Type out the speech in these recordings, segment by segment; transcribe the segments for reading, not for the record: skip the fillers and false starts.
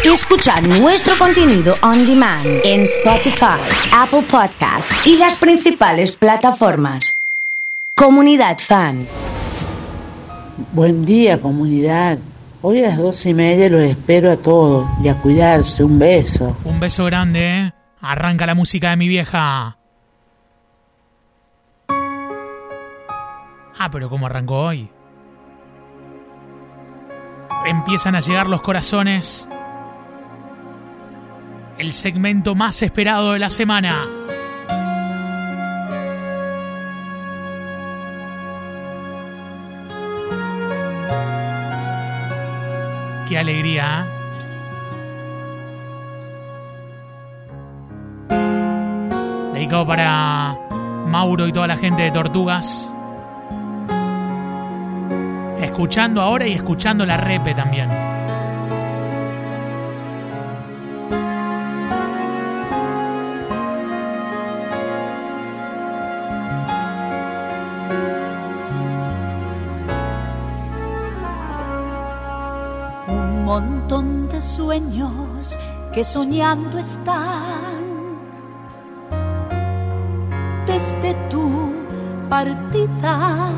Escuchar nuestro contenido on demand en Spotify, Apple Podcast y las principales plataformas. Comunidad Fan. Buen día, comunidad. Hoy a las 12:30 los espero a todos y a cuidarse. Un beso. Un beso grande, ¿eh? Arranca la música de mi vieja. Ah, pero ¿cómo arrancó hoy? Empiezan a llegar los corazones. El segmento más esperado de la semana. Qué alegría, ¿eh? Dedicado para Mauro y toda la gente de Tortugas. Escuchando ahora y escuchando la repe también. Un montón de sueños que soñando están desde tu partida.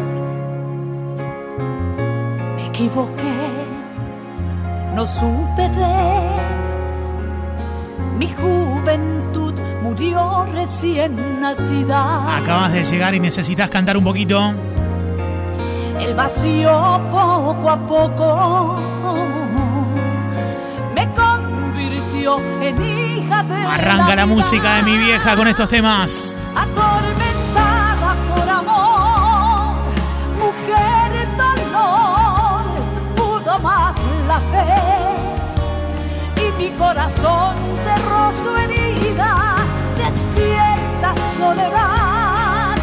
Me equivoqué, no supe ver. Mi juventud murió recién nacida. Acabas de llegar y necesitas cantar un poquito. El vacío poco a poco me convirtió en hija de Arranca la música de mi vieja con estos temas. Atormentada por amor, mujer dolor, pudo más la fe y mi corazón cerró su herida. Despierta soledad,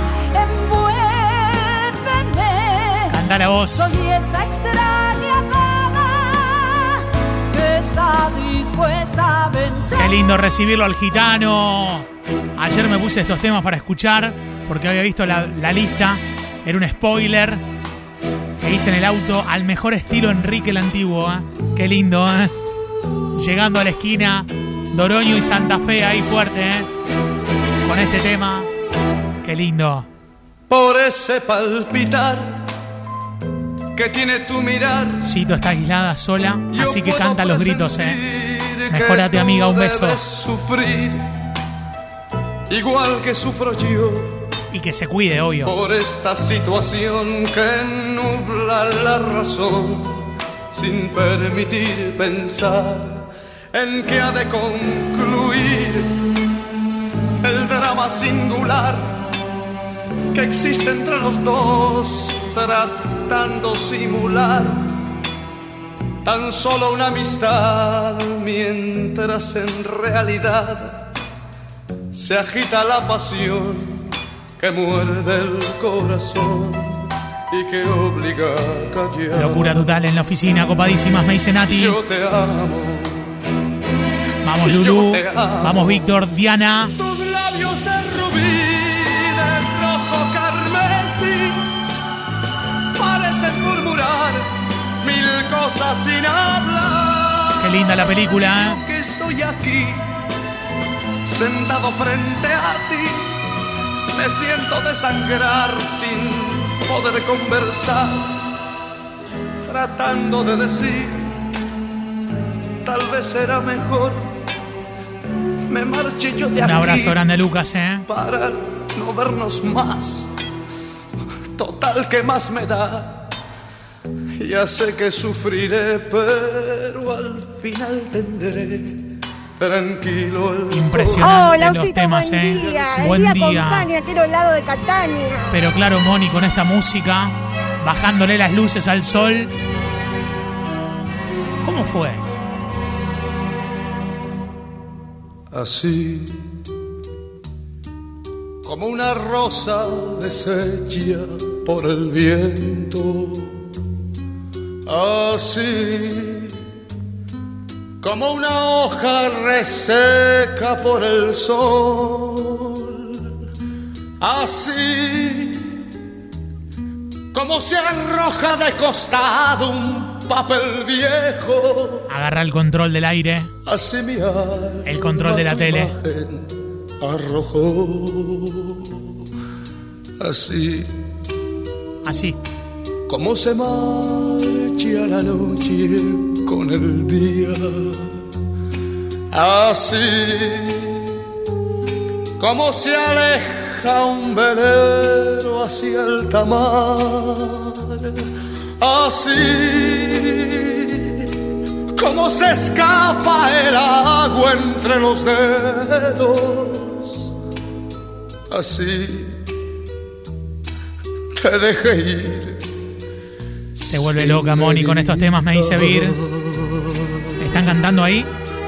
envuélveme. Canta la voz. Soy esa extraña dama que está dispuesta a vencer. Qué lindo recibirlo al gitano. Ayer me puse estos temas para escuchar porque había visto la lista. Era un spoiler que hice en el auto al mejor estilo Enrique el Antiguo, ¿eh? Qué lindo, ¿eh? Llegando a la esquina Doroño y Santa Fe ahí fuerte, ¿eh? Con este tema. Qué lindo. Por ese palpitar que tiene tu mirar. Cito está aislada sola, así que canta los gritos, Mejórate, amiga, un beso. Sufrir igual que sufro yo. Y que se cuide, obvio. Por esta situación que nubla la razón, sin permitir pensar en que ha de concluir el drama singular que existe entre los dos, tratando simular tan solo una amistad, mientras en realidad se agita la pasión que muerde el corazón y que obliga a callar. Locura total en la oficina, copadísimas, me dice Nati. Yo te amo. Vamos, Lulú. Vamos, Víctor, Diana. Tus labios de rubí, de rojo carmesí, parecen murmurar mil cosas sin hablar. Qué linda la película, Que estoy aquí, sentado frente a ti, me siento desangrar sin poder conversar, tratando de decir, tal vez será mejor me marche yo de aquí. Un abrazo grande, Lucas, para no vernos más. Total, ¿qué más me da? Ya sé que sufriré, pero al final tendré tranquilo el impresionante. Hola, los temas, buen día. Buen el día. Con Fania, quiero helado de Catania. Pero claro, Moni, con esta música, bajándole las luces al sol. ¿Cómo fue? Así como una rosa deshecha por el viento, así como una hoja reseca por el sol, así como se arroja de costado un papel viejo. Agarra el control del aire. Así mi alma, el control de la tele. Arrojó. Así como se marcha la noche con el día. Así como se aleja un velero hacia el tamar. Así como se escapa el agua entre los dedos. Así te dejé ir. Se vuelve loca Moni con estos temas, me dice Vir. ¿Están cantando ahí?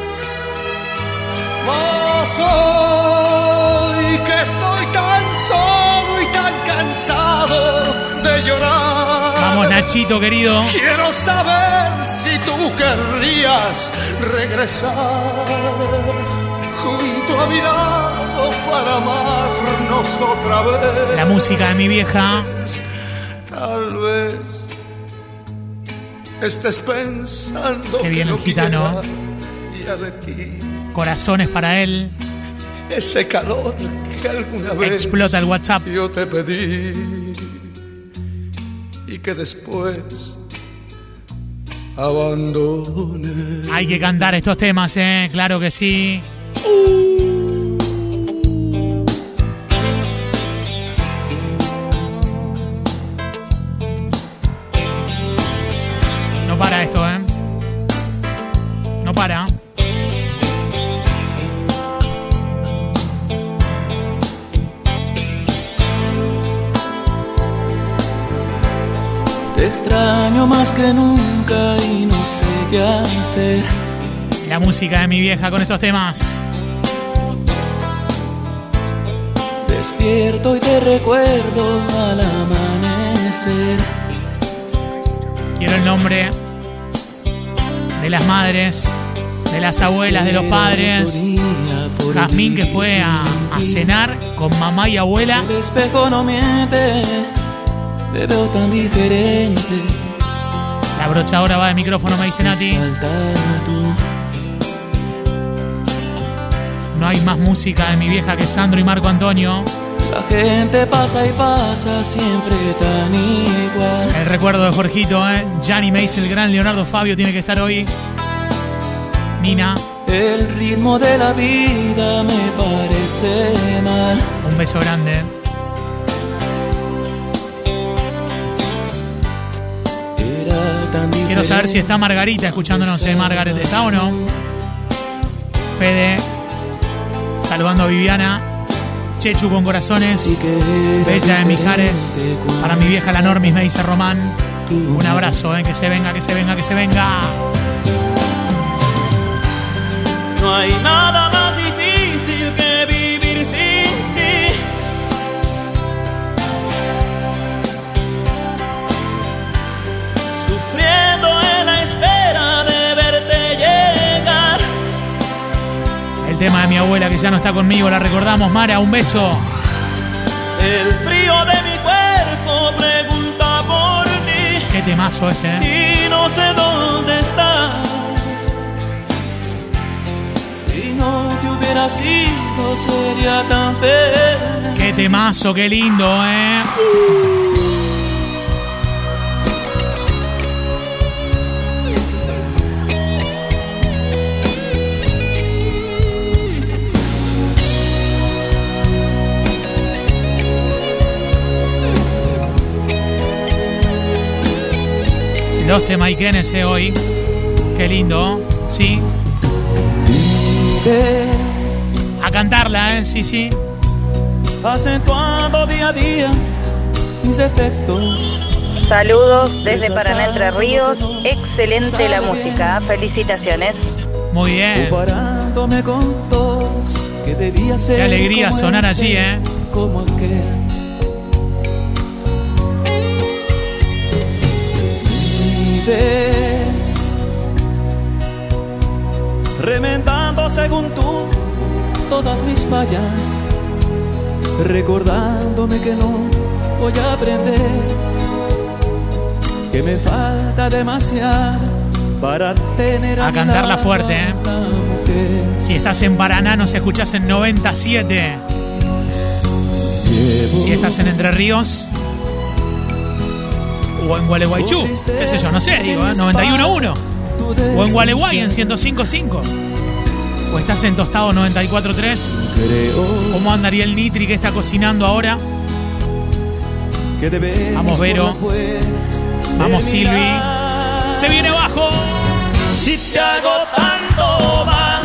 Soy que estoy tan solo y tan cansado de llorar. Vamos, Nachito, querido. Quiero saber si tú querrías regresar junto a mi lado para amarnos otra vez. La música de mi vieja. Tal vez estés pensando qué bien que el gitano. Ya de ti. Corazones para él. Ese calor que alguna vez explota el WhatsApp. Yo te pedí y que después abandoné. Hay que cantar estos temas, claro que sí. No para esto, no para. Te extraño más que nunca y no sé qué hacer. La música de mi vieja con estos temas. Despierto y te recuerdo al amanecer. Quiero el nombre de las madres, de las abuelas, de los padres. Jazmín, que fue a cenar con mamá y abuela. El espejo no miente, te veo tan diferente. La brochadora va de micrófono, me dice Nati. No hay más música de mi vieja que Sandro y Marco Antonio. La gente pasa y pasa siempre tan igual. El recuerdo de Jorgito, Gianni Mace, el gran Leonardo Fabio tiene que estar hoy. Nina. El ritmo de la vida me parece mal. Un beso grande. Quiero saber si está Margarita escuchándonos. Margaret, ¿está o no? Fede, saludando a Viviana. Chechu con corazones. Bella de Mijares. Para mi vieja la Normis, me dice Román. Un abrazo, que se venga, que se venga, que se venga. No hay nada más difícil que vivir sin ti. Sufriendo en la espera de verte llegar. El tema de mi abuela que ya no está conmigo, la recordamos. Mara, un beso. El frío de mi cuerpo pregunta por ti. Qué temazo este, Y no sé dónde estás. Si no te hubiera sido, sería tan feliz. Qué temazo, qué lindo, Los Temaiquenes hoy. Qué lindo, sí. A cantarla, sí. Acentuando día a día mis defectos. Saludos desde Paraná, Entre Ríos. Excelente la música. Felicitaciones. Muy bien. Comparándome con todos que debía ser. Qué alegría sonar allí, Como aquel. Vives remendando según tú todas mis fallas, recordándome que no voy a aprender que me falta demasiado para tener a cantarla fuerte, ¿eh? Si estás en Paraná nos escuchás en 97. Si estás en Entre Ríos o en Gualeguaychú, qué sé yo, no sé, digo, 91.1. O en Gualeguay en 105.5. O estás en Tostado 94.3. ¿Cómo andaría el Nitri que está cocinando ahora? Vamos, Vero. Vamos, Silvi. Se viene abajo. Si te hago tanto mal,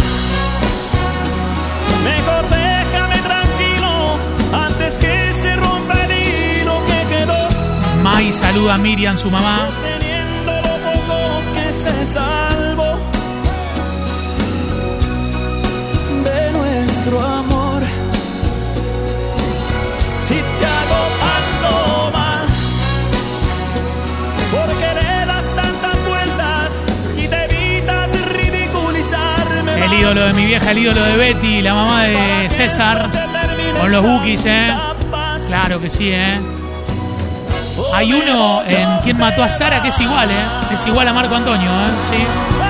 mejor déjame tranquilo antes que se rompa el hilo que quedó. Mai saluda a Miriam, su mamá. Sosteniendo lo poco que se salvó de nuestro amor. Si te hago tanto mal, porque le das tantas vueltas y te evitas ridiculizarme. El ídolo de mi vieja, el ídolo de Betty, la mamá de César, con los Bookies, Claro que sí, Hay uno en Quien mató a Sara que es igual, Es igual a Marco Antonio, Sí.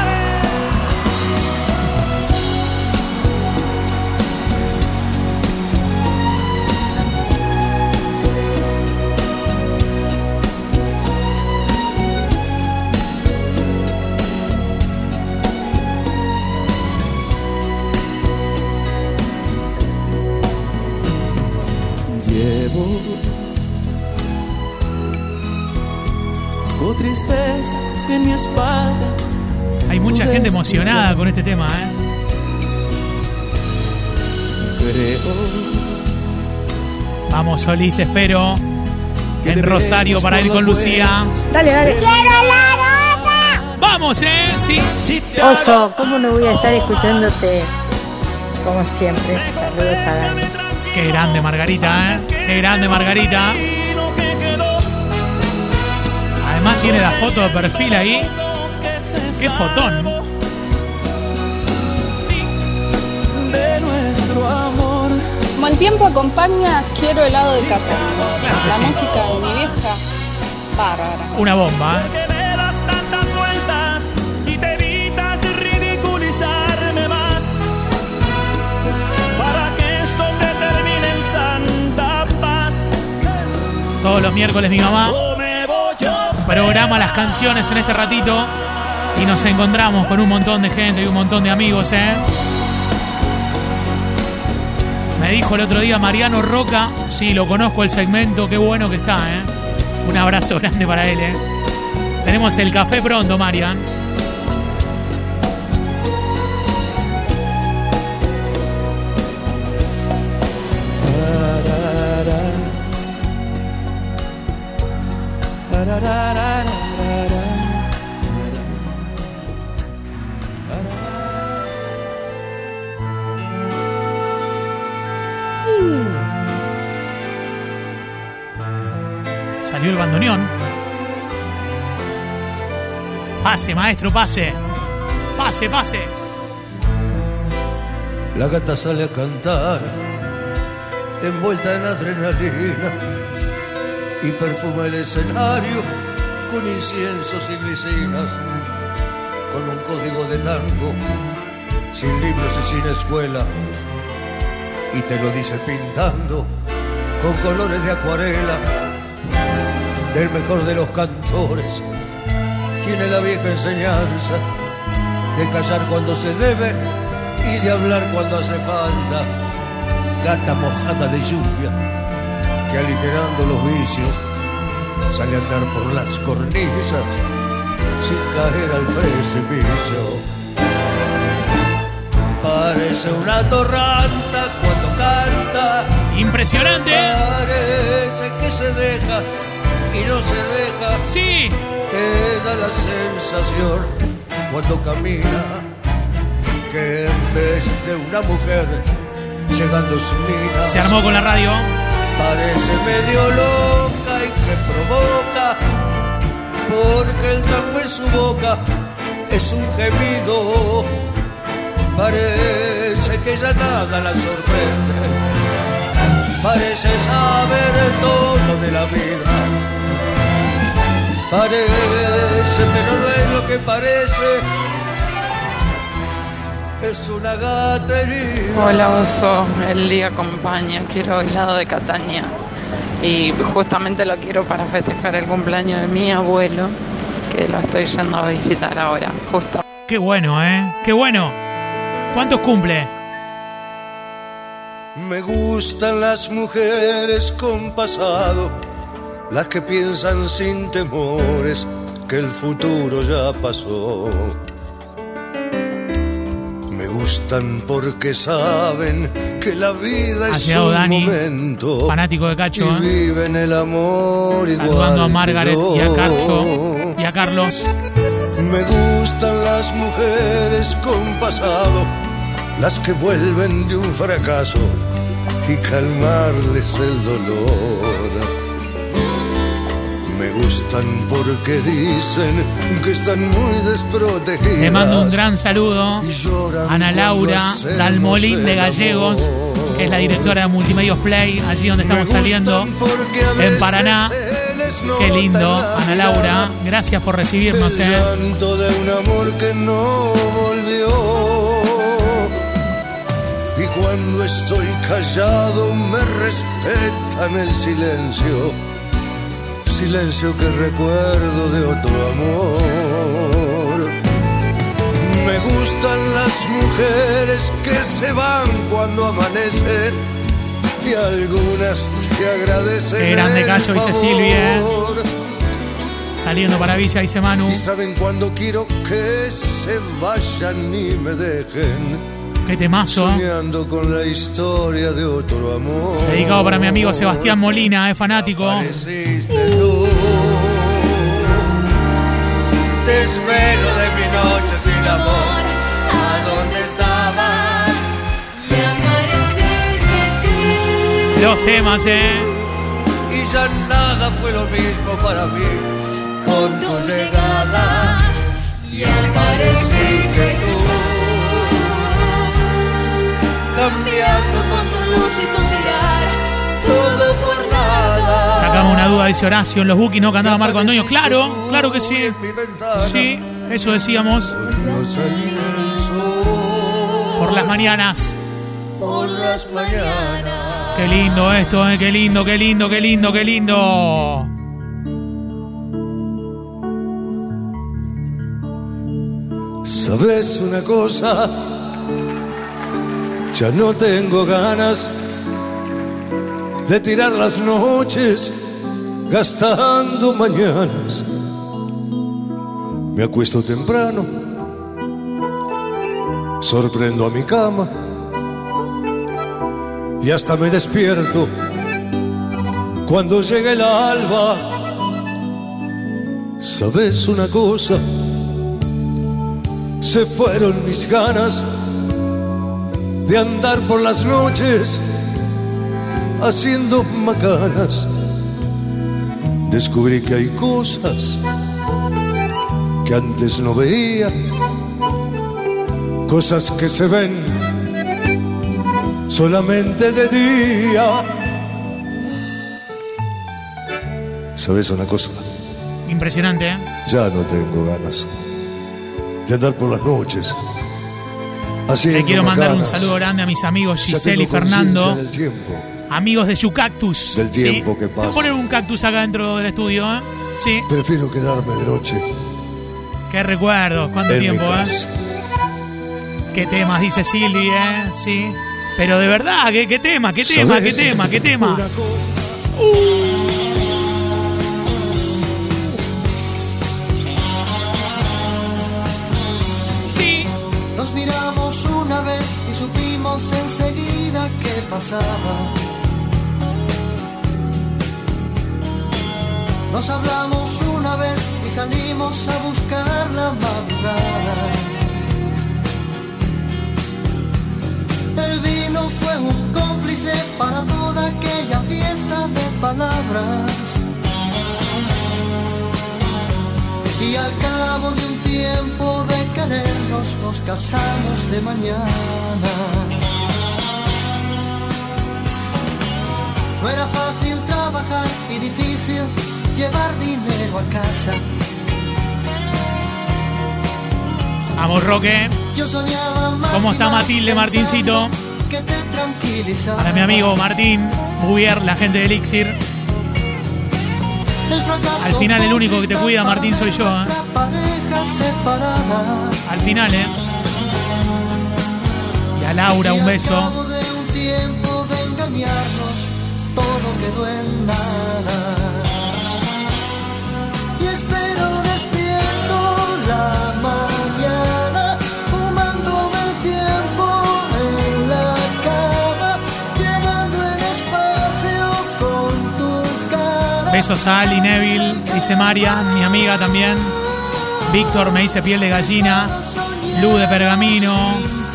Llevo tristeza en mi espalda. Hay mucha gente emocionada con este tema, Creo Vamos, Solís, te espero en Rosario para ir con Lucía. Dale, dale. ¡Quiero la nota! Vamos, sí. Oso, ¿cómo no voy a estar escuchándote? Como siempre, saludos a Dani. Qué grande Margarita, Qué grande Margarita. Además tiene la foto de perfil ahí. Qué fotón. de nuestro amor. Mal tiempo acompaña, quiero helado de café. Claro que La sí. música de mi vieja, bárbara. Una bomba, Porque le das tantas vueltas y te evitas ridiculizarme más. Para que esto se termine en santa paz. Todos los miércoles mi mamá No me voy yo. programa las canciones en este ratito y nos encontramos con un montón de gente y un montón de amigos, Me dijo el otro día Mariano Roca, sí, lo conozco el segmento, qué bueno que está, Un abrazo grande para él, Tenemos el café pronto, Marian. Salió el bandoneón. Pase, maestro, pase. Pase, pase. La gata sale a cantar, envuelta en adrenalina, y perfuma el escenario con inciensos y glicinas, con un código de tango, sin libros y sin escuela, y te lo dice pintando con colores de acuarela, del mejor de los cantores. Tiene la vieja enseñanza de callar cuando se debe y de hablar cuando hace falta. Gata mojada de lluvia que aligerando los vicios sale a andar por las cornisas sin caer al precipicio. Parece una torranta cuando canta. Impresionante. Parece que se deja y no se deja. Sí. Te da la sensación cuando camina que en vez de una mujer llegando mina se armó con la radio. Parece medio loca y que provoca, porque el tango en su boca es un gemido. Parece que ya nada la sorprende, parece saber todo de la vida. Parece, pero no es lo que parece. Es una gata herida. Hola Oso, el día acompaña, quiero helado de Catania y justamente lo quiero para festejar el cumpleaños de mi abuelo, que lo estoy yendo a visitar ahora, justo. Qué bueno, qué bueno. ¿Cuántos cumple? Me gustan las mujeres con pasado, las que piensan sin temores que el futuro ya pasó. Me gustan porque saben que la vida es un Dani, momento. Fanático de Cacho, y viven el amor saludando igual a Margaret que yo. y a Cacho y a Carlos. Me gustan las mujeres con pasado, las que vuelven de un fracaso y calmarles el dolor. Me gustan porque dicen que están muy desprotegidas. Le mando un gran saludo a Ana Laura Dalmolín de Gallegos, que es la directora de Multimedios Play, allí donde estamos saliendo, en Paraná. Qué lindo, Ana Laura. Gracias por recibirnos. El llanto de un amor que no volvió. Y cuando estoy callado me respetan el silencio. Silencio que recuerdo de otro amor. Me gustan las mujeres que se van cuando amanecen y algunas te agradecen. Qué grande Cacho, dice Silvia. Saliendo para Villa, dice Manu. Y saben cuando quiero que se vayan y me dejen. Qué temazo. Soñando con la historia de otro amor. Dedicado para mi amigo Sebastián Molina, es fanático. Tú, desvelo de mi noche sin amor. ¿A dónde estabas? Y apareciste tú. Los temas, Y ya nada fue lo mismo para mí con tu llegada. Y apareciste tú, cambiando con tu luz y tu mirar, todo por nada. Sacamos una duda, dice Horacio. En los bookies no cantaba Marco Antonio. Claro, claro que sí. Sí, eso decíamos. Por las mañanas. Por las mañanas. Qué lindo esto, qué lindo, qué lindo, qué lindo, qué lindo. ¿Sabes una cosa? Ya no tengo ganas de tirar las noches gastando mañanas. Me acuesto temprano, sorprendo a mi cama y hasta me despierto cuando llega el alba. ¿Sabes una cosa? Se fueron mis ganas de andar por las noches haciendo macanas. Descubrí que hay cosas que antes no veía, cosas que se ven solamente de día. ¿Sabes una cosa? Impresionante, Ya no tengo ganas de andar por las noches. Le quiero mandar un saludo grande a mis amigos Giselle y Fernando, amigos de Yucactus. Del tiempo que pasa. Voy a poner un cactus acá dentro del estudio, ¿eh? Sí. Prefiero quedarme de noche. Qué recuerdos, cuánto tiempo, Qué temas, dice Silvia, sí. Pero de verdad, qué tema, qué tema, qué tema, qué tema. Sí. Nos miramos una vez y supimos enseguida qué pasaba. Nos hablamos una vez y salimos a buscar la madrugada. El vino fue un cómplice para toda aquella fiesta de palabras. Y al cabo de un tiempo de querernos, nos casamos de mañana. No era fácil trabajar y difícil llevar dinero a casa. Vamos, Roque. Yo soñaba más. ¿Cómo está Matilde, Martincito? Que te tranquilizaba. Para mi amigo Martín Bouvier, la gente de Elixir. Al final el único que te cuida, Martín, soy yo, ¿eh? Al final, ¿eh? Y a Laura, un beso. Al cabo de un tiempo de engañarnos, todo quedó en nada. Y espero despierto la mañana, fumándome el tiempo en la cama, llenando el espacio con tu cara. Besos a Ali, Neville, dice María, mi amiga también. Víctor me dice piel de gallina. Luz de pergamino.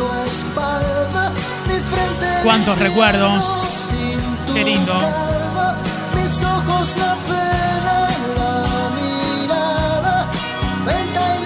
Cuántos recuerdos. Qué lindo. Mis ojos la pena, la mirada, venta y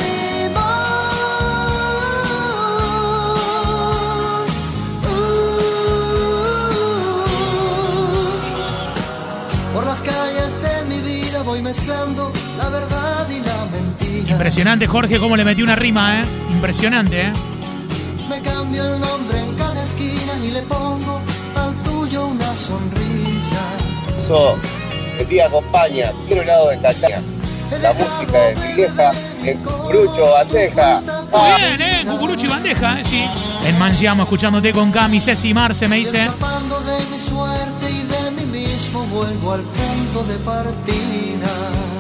limón. Por las calles de mi vida voy mezclando la verdad y la mentira. Impresionante, Jorge, cómo le metió una rima, ¿eh? Impresionante, ¿eh? Me cambio el nombre en cada esquina y le pongo al tuyo una sonrisa. Eso, el día acompaña, quiero helado de Catania. La música de mi vieja en Cucurucho, Bandeja. Muy bien, Cucurucho y Bandeja, sí. En Mangiamo, escuchándote con Cami, Ceci y Marce, me dice. Escapando de mi suerte y de mí mismo, vuelvo al punto de partida.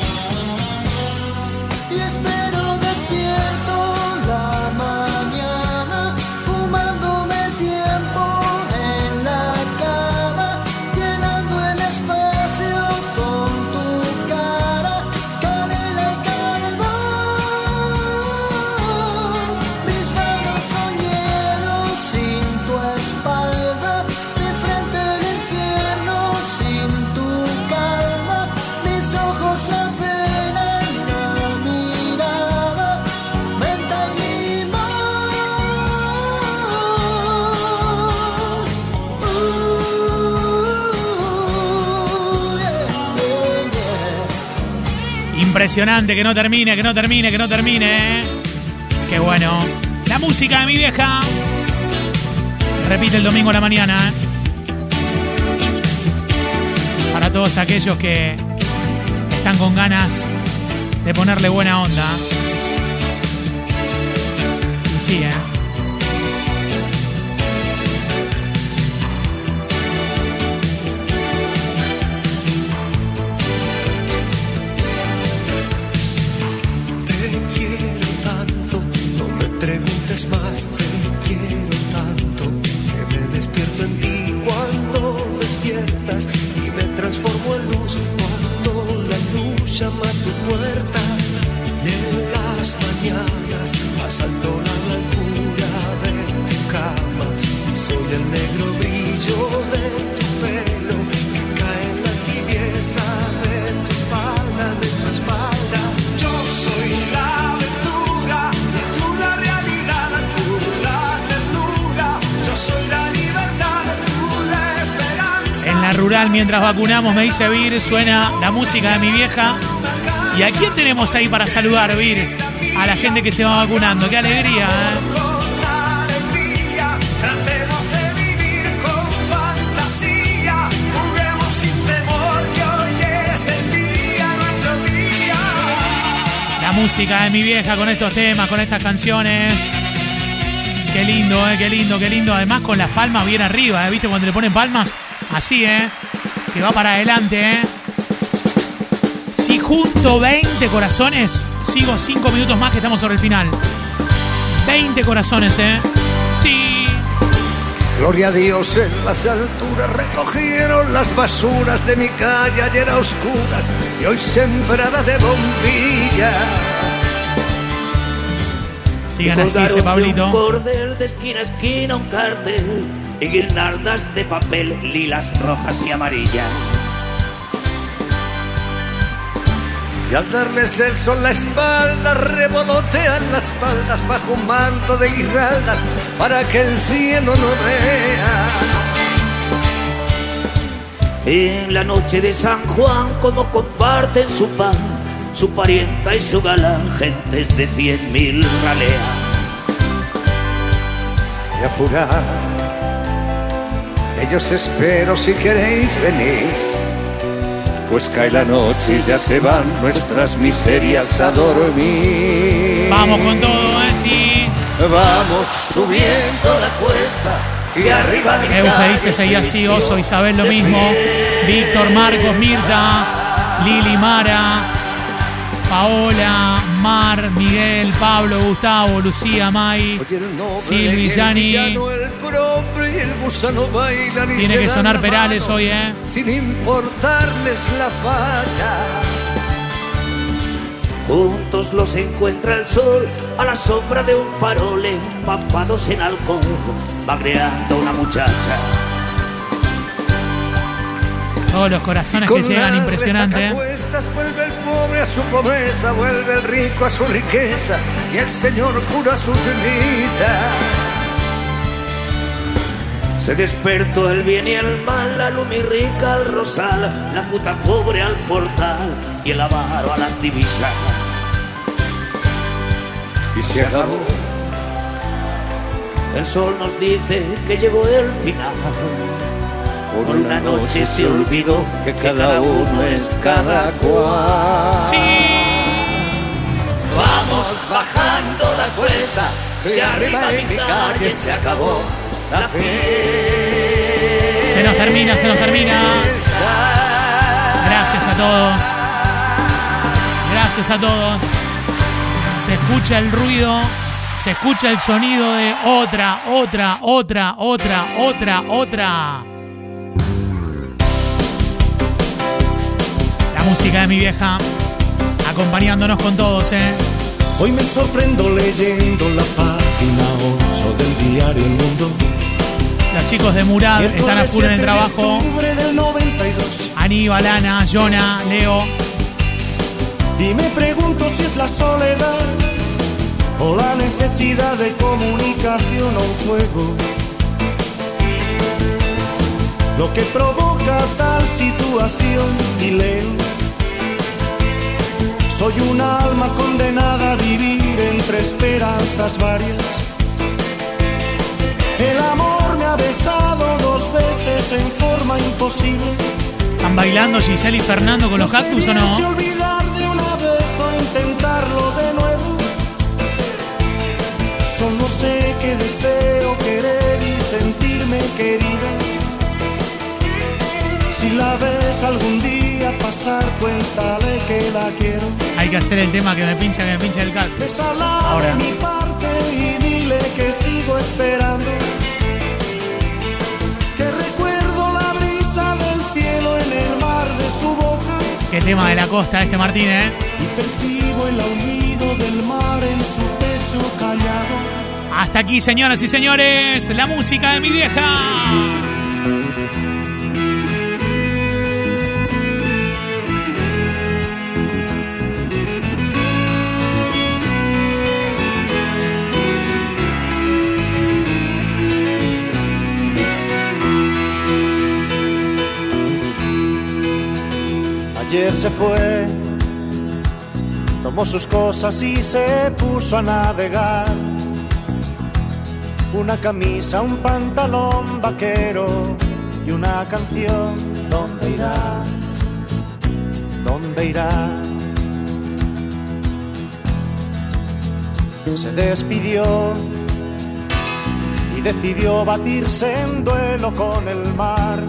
Y espero despierto la mañana, fumándome el tiempo en la cama, llenando el espacio con tu cara, canela y carbón. Mis manos son hielo sin tu espalda, mi frente el infierno sin tu calma, mis ojos la pena y la mirada, menta y limón. Impresionante, que no termine, que no termine, que no termine, ¿eh? Qué bueno. La música de mi vieja. Repite el domingo a la mañana, ¿eh? Para todos aquellos que están con ganas de ponerle buena onda. Y sí, ¿eh? Te quiero tanto, no me preguntes más, te quiero tanto, que me despierto en ti cuando despiertas y me transformo en luz cuando la luz llama a tu puerta. Y en las mañanas asalto la blancura de tu cama y soy el negro brillo de tu pelo que cae en la tibieza de tu espalda, de tu espalda. Yo soy la aventura y tú la realidad, tú la ternura. Yo soy la libertad, tú la esperanza. En la rural, mientras vacunamos, me dice Vir, suena la música de mi vieja. ¿Y a quién tenemos ahí para saludar, Vir? A la gente que se va vacunando. ¡Qué alegría! Tratemos de vivir con fantasía, juguemos sin temor, que hoy es el día, nuestro día. La música de mi vieja con estos temas, con estas canciones. Qué lindo, qué lindo, qué lindo. Además con las palmas bien arriba, ¿viste? Cuando le ponen palmas, así, que va para adelante, Si junto 20 corazones, sigo 5 minutos más que estamos sobre el final. 20 corazones, Sí. Gloria a Dios en las alturas, recogieron las basuras de mi calle ayer a oscuras y hoy sembrada de bombillas. Sigan así, dice Pablito. Un cordel de esquina a esquina, un cartel y guirnaldas de papel, lilas, rojas y amarillas. Y al darles el sol la espalda, revolotean las faldas bajo un manto de guirnaldas para que el cielo no vea. En la noche de San Juan, como comparten su pan, su parienta y su galán, gentes de 100.000 raleas. Y apurad, que yo os espero si queréis venir, pues cae la noche y ya se van nuestras miserias a dormir. Vamos con todo, sí. Vamos subiendo la cuesta y arriba mi Euge dice, seguía así, Oso, Isabel lo mismo. Víctor, Marcos, Mirta, Lili, Mara, Paola, Mar, Miguel, Pablo, Gustavo, Lucía, Mai, Silvi, Yani. Tiene que sonar Perales hoy, sin importarles la falla. Juntos los encuentra el sol a la sombra de un farol, empapados en alcohol, bagreando una muchacha. Todos los corazones que llegan, impresionante. Vuelve el pobre a su pobreza, vuelve el rico a su riqueza, y el Señor cura su ceniza. Se despertó el bien y el mal, la luz muy rica al rosal, la puta pobre al portal y el avaro a las divisas. Y se acabó. El sol nos dice que llegó el final. Por una noche se olvidó que cada uno es cada cual. ¡Sí! Vamos bajando la cuesta, que arriba en mi calle se acabó la fiesta. Se nos termina, se nos termina. Gracias a todos. Gracias a todos. Se escucha el ruido, se escucha el sonido de otra. La música de mi vieja, acompañándonos con todos, Hoy me sorprendo leyendo la página 8 del diario El Mundo. Los chicos de Murad están a full en el trabajo. Aníbal, Ana, Jonah, Leo. Y me pregunto si es la soledad o la necesidad de comunicación o un fuego lo que provoca tal situación. Y leo: soy un alma condenada a vivir entre esperanzas varias. El amor me ha besado 2 veces en forma imposible. ¿Están bailando Giselle y Fernando con los cactus o no? Si olvidar de una vez o intentarlo de nuevo. Solo sé que deseo querer y sentirme querida. Si la ves algún día pasar, cuéntale que la quiero. Hay que hacer el tema que me pincha el cactus. Bésala ahora de mi parte y dile que sigo esperando. Que recuerdo la brisa del cielo en el mar de su boca. Qué tema de la costa este Martín, Y percibo el aullido del mar en su pecho callado. Hasta aquí, señoras y señores, la música de mi vieja. Ayer se fue, tomó sus cosas y se puso a navegar. Una camisa, un pantalón vaquero y una canción. ¿Dónde irá? ¿Dónde irá? Se despidió y decidió batirse en duelo con el mar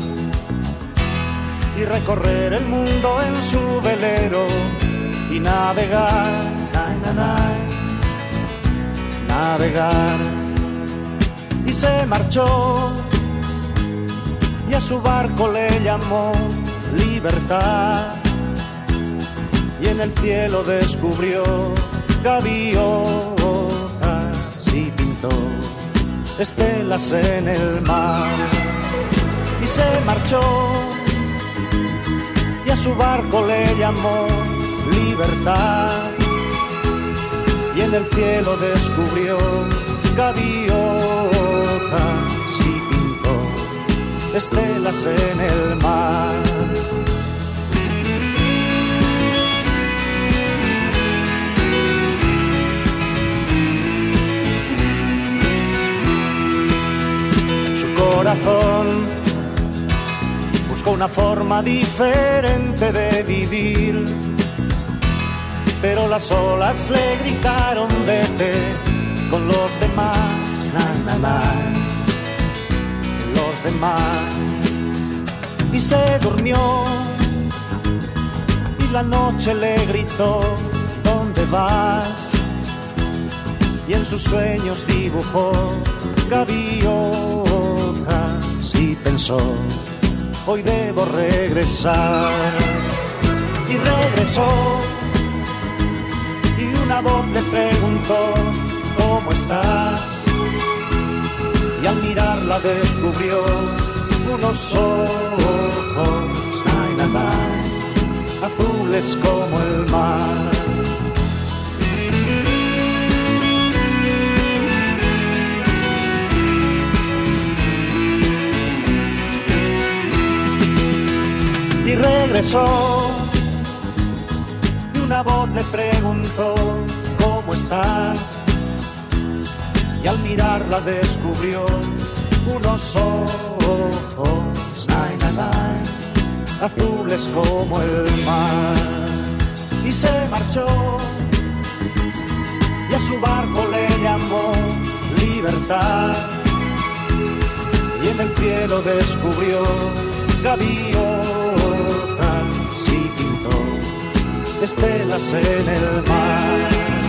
y recorrer el mundo en su velero y navegar, navegar. Y se marchó y a su barco le llamó Libertad, y en el cielo descubrió gaviotas y pintó estelas en el mar. Y se marchó y a su barco le llamó Libertad, y en el cielo descubrió gaviotas y pintó estelas en el mar. Su corazón buscó una forma diferente de vivir, pero las olas le gritaron vete con los demás, na, na, na, los demás. Y se durmió y la noche le gritó ¿dónde vas? Y en sus sueños dibujó gaviotas y pensó hoy debo regresar. Y regresó y una voz le preguntó ¿cómo estás? Y al mirarla descubrió unos ojos ay, na, na, azules como el mar. Y regresó y una voz le preguntó ¿cómo estás? Y al mirarla descubrió unos ojos ay, na, na, azules como el mar. Y se marchó y a su barco le llamó libertad. Y en el cielo descubrió gaviotas y pintó estelas en el mar.